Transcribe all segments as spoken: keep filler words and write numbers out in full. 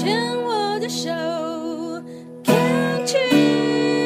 牵我的手 Can't you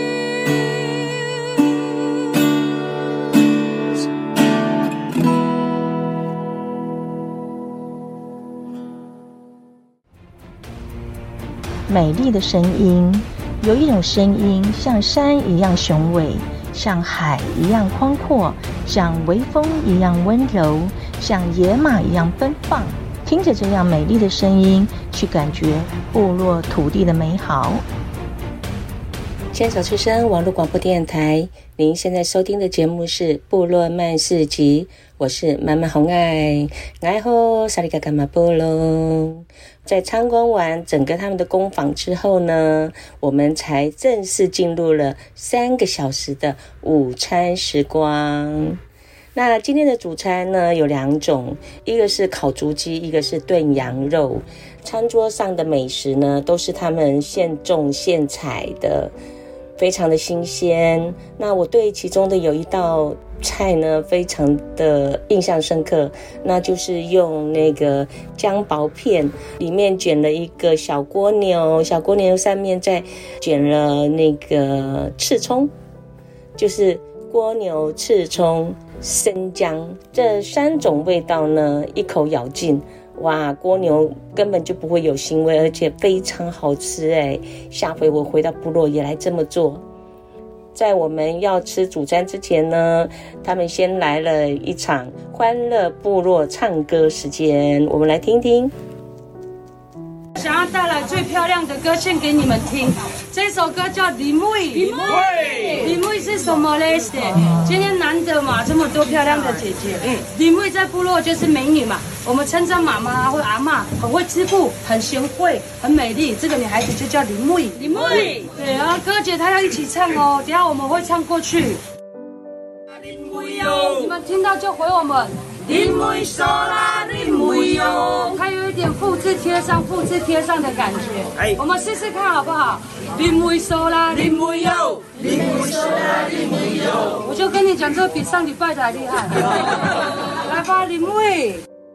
美丽的声音，有一种声音像山一样雄伟，像海一样宽阔，像微风一样温柔，像野马一样奔放。听着这样美丽的声音，去感觉部落土地的美好。 牵手之声网络广播电台，您现在收听的节目是部落漫市集，我是妈妈红爱，爱吼萨利嘎嘎马部落。在参观完整个他们的工坊之后呢，我们才正式进入了三个小时的午餐时光。那今天的主餐呢有两种，一个是烤竹鸡，一个是炖羊肉。餐桌上的美食呢都是他们现种现采的，非常的新鲜。那我对其中的有一道菜呢非常的印象深刻，那就是用那个姜薄片里面卷了一个小蜗牛，小蜗牛上面再卷了那个刺葱，就是蜗牛、刺葱、生姜这三种味道呢一口咬尽，哇，蜗牛根本就不会有腥味，而且非常好吃哎！下回我回到部落也来这么做。在我们要吃主餐之前呢，他们先来了一场欢乐部落唱歌时间，我们来听听。 想要带来最漂亮的歌献给你们听，这首歌叫《林妹》。林妹，林妹是什么呢？今天难得嘛，这么多漂亮的姐姐。嗯，林妹在部落就是美女嘛，我们称赞妈妈或阿嬷很会织布，很贤惠，很美丽。这个女孩子就叫林妹。林妹，对啊，哥姐她要一起唱哦，等一下我们会唱过去。林妹哟，你们听到就回我们。林妹说啦，林妹哟，还有一点复制贴上、复制贴上的感觉。哎，我们试试看好不好？林妹说啦，林妹哟，林妹说啦，林妹哟。我就跟你讲，这比上礼拜的还厉害。来吧，林妹。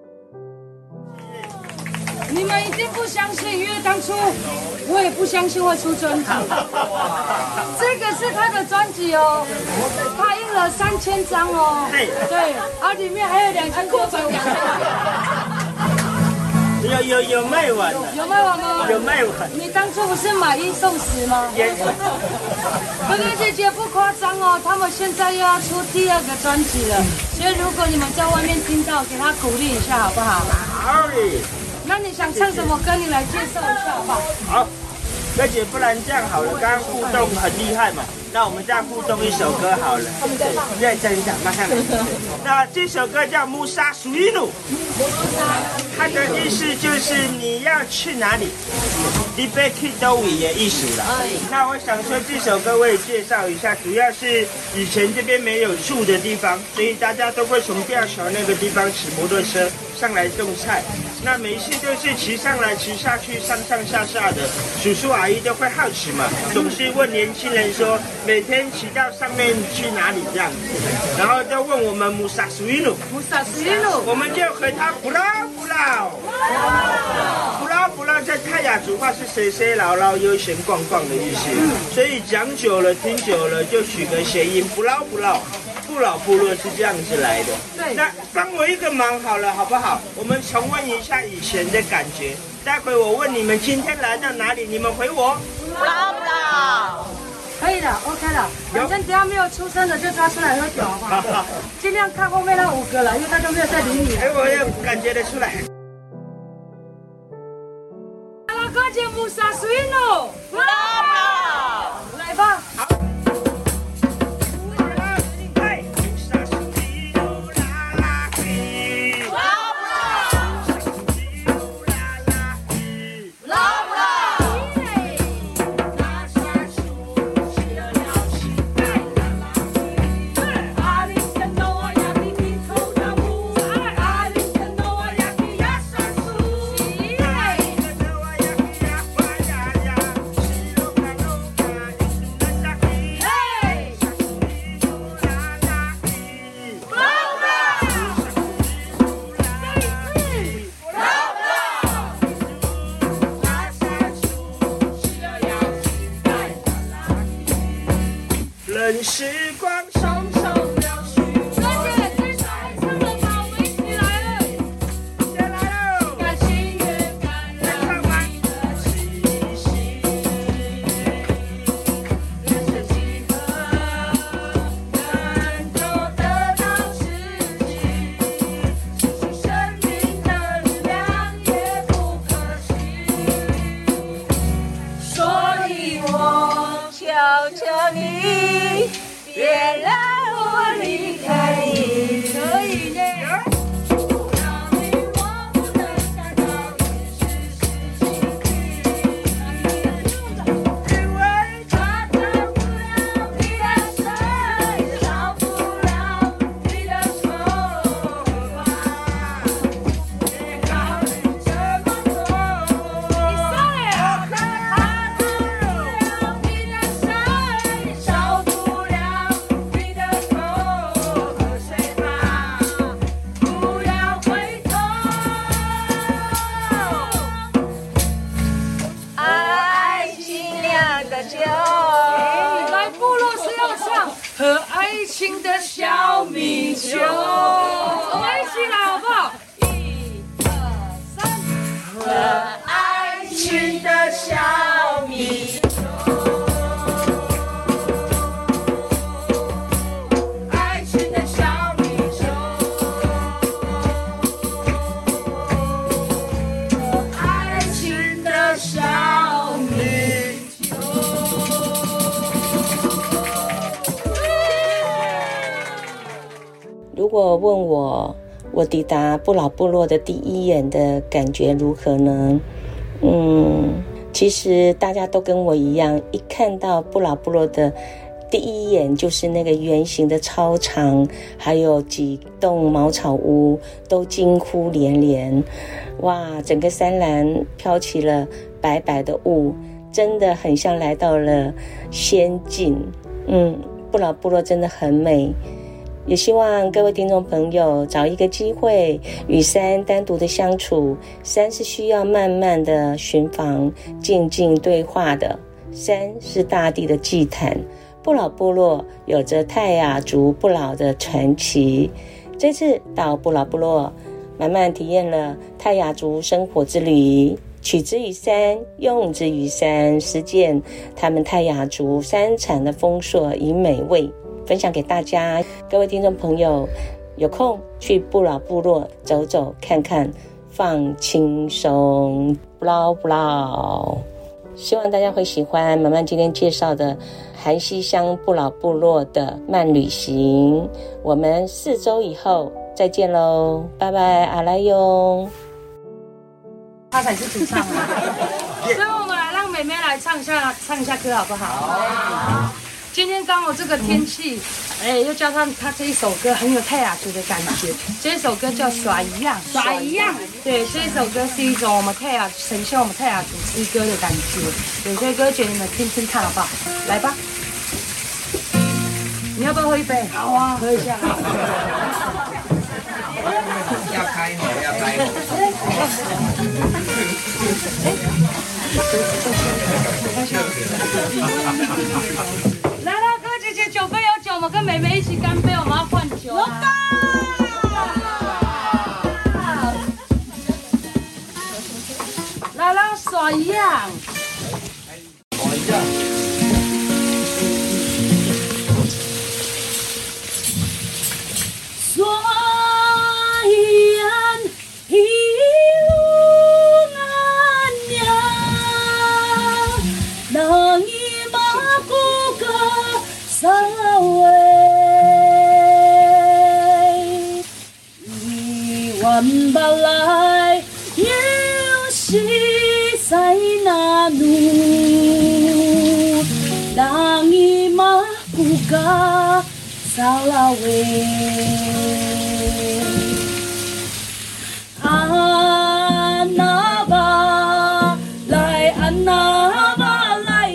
你们一定不相信，因为当初我也不相信会出专辑。这个是他的专辑哦，他印了三千张哦，对，然后里面还有两千多本。 有有有卖完了， 有卖完吗？ 有卖完。 你当初不是买一送十吗？ 也。 哥哥姐姐不夸张哦，他们现在又要出第二个专辑了，所以如果你们在外面听到，给他鼓励一下好不好？ 好嘞。 那你想唱什么歌？你来介绍一下好不好？ 好，哥姐，不然这样好了，刚刚互动很厉害嘛，那我们再互动一首歌好了。我们再放。再等一下，马上来。那这首歌叫《穆沙苏伊努》，它的意思就是你要去哪里，你被去都位的意思了。那我想说这首歌我也介绍一下，主要是以前这边没有住的地方，所以大家都会从吊桥那个地方骑摩托车上来种菜。那每一次都是骑上来骑下去，上上下下的，叔叔阿姨都会好奇嘛，总是问年轻人说每天骑到上面去哪里这样子，然后就问我们穆萨苏伊努， 穆萨苏伊努， 我们就回他不老不老，不老不老在泰雅族话是谁谁老老悠闲逛逛的意思，所以讲久了听久了就取个谐音不老不老。不老部落是这样子来的。对，那帮我一个忙好了，好不好？我们重温一下以前的感觉。待会我问你们今天来到哪里，你们回我。 不老不老。可以的 ，OK 了。反正只要没有出生的就抓出来喝酒，好不好？好，尽量看后面那五个了，因为他就没有在理你。 哎，我也感觉得出来。 阿拉哥姐穆萨苏伊诺，不老不老，来吧。好。 趁时光匆匆流逝。 哥姐，这首爱唱的好，我们一起来了。 再来喽！ 感情越感染你的气息，人生几何能够得到知己？失去生命的力量也不可惜。所以我求求你，别让我离开你。可以呢。让你我不能感到你是世界因为它照不了你的身，照不了你的手啊，别考虑这么多。你上来啊！它照不了你的身，照不了你的口，和谁吧，不要回头。爱情酿的酒，来部落是要唱和爱情的小米酒，我们一起来好不好？一二三，和爱情的小米酒。爱情的小米酒，爱情的小米酒。 如果问我，我抵达不老部落的第一眼的感觉如何呢？嗯，其实大家都跟我一样，一看到不老部落的第一眼就是那个圆形的操场，还有几栋茅草屋，都惊呼连连。哇，整个山峦飘起了白白的雾，真的很像来到了仙境。嗯，不老部落真的很美。也希望各位听众朋友找一个机会与山单独的相处，山是需要慢慢的寻访，静静对话的。山是大地的祭坛，不老部落有着泰雅族不老的传奇。这次到不老部落，慢慢体验了泰雅族生活之旅，取之于山，用之于山，实践他们泰雅族山产的丰硕与美味，分享给大家。各位听众朋友，有空去不老部落走走看看，放轻松，不老不老。希望大家会喜欢慢慢今天介绍的韩溪乡不老部落的慢旅行。我们四周以后再见喽，拜拜，阿来哟。 他才是主唱啊，所以我们来让妹妹来唱一下唱一下歌好不好？好。今天刚好这个天气，哎，又加上他这一首歌很有泰雅族的感觉。这一首歌叫《耍一样》，耍一样。对，这一首歌是一种我们泰雅呈现我们泰雅族诗歌的感觉。对，所以歌姐你们听听看好不好？来吧。你要不要喝一杯？好啊，喝一下。 要开口，要开口。 来了，哥姐姐，酒杯有酒，我们跟妹妹一起干杯，我们要换酒、啊。来了，耍一样。 耍一样。 耍一样，一路安娘，让伊马古个萨维，一万巴来牛西塞那努，让伊马古个萨拉维。安那巴来，安那巴来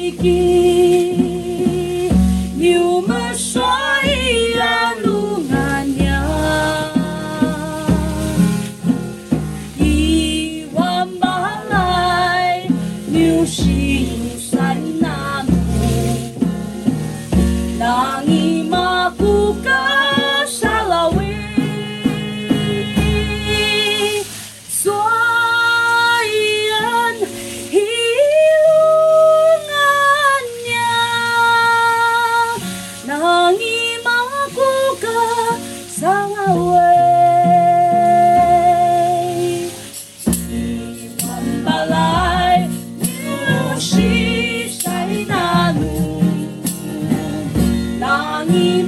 吉，牛们说一样路安娘，一万巴来牛西山那路，让喂，一万八来牛西塞那努，那你。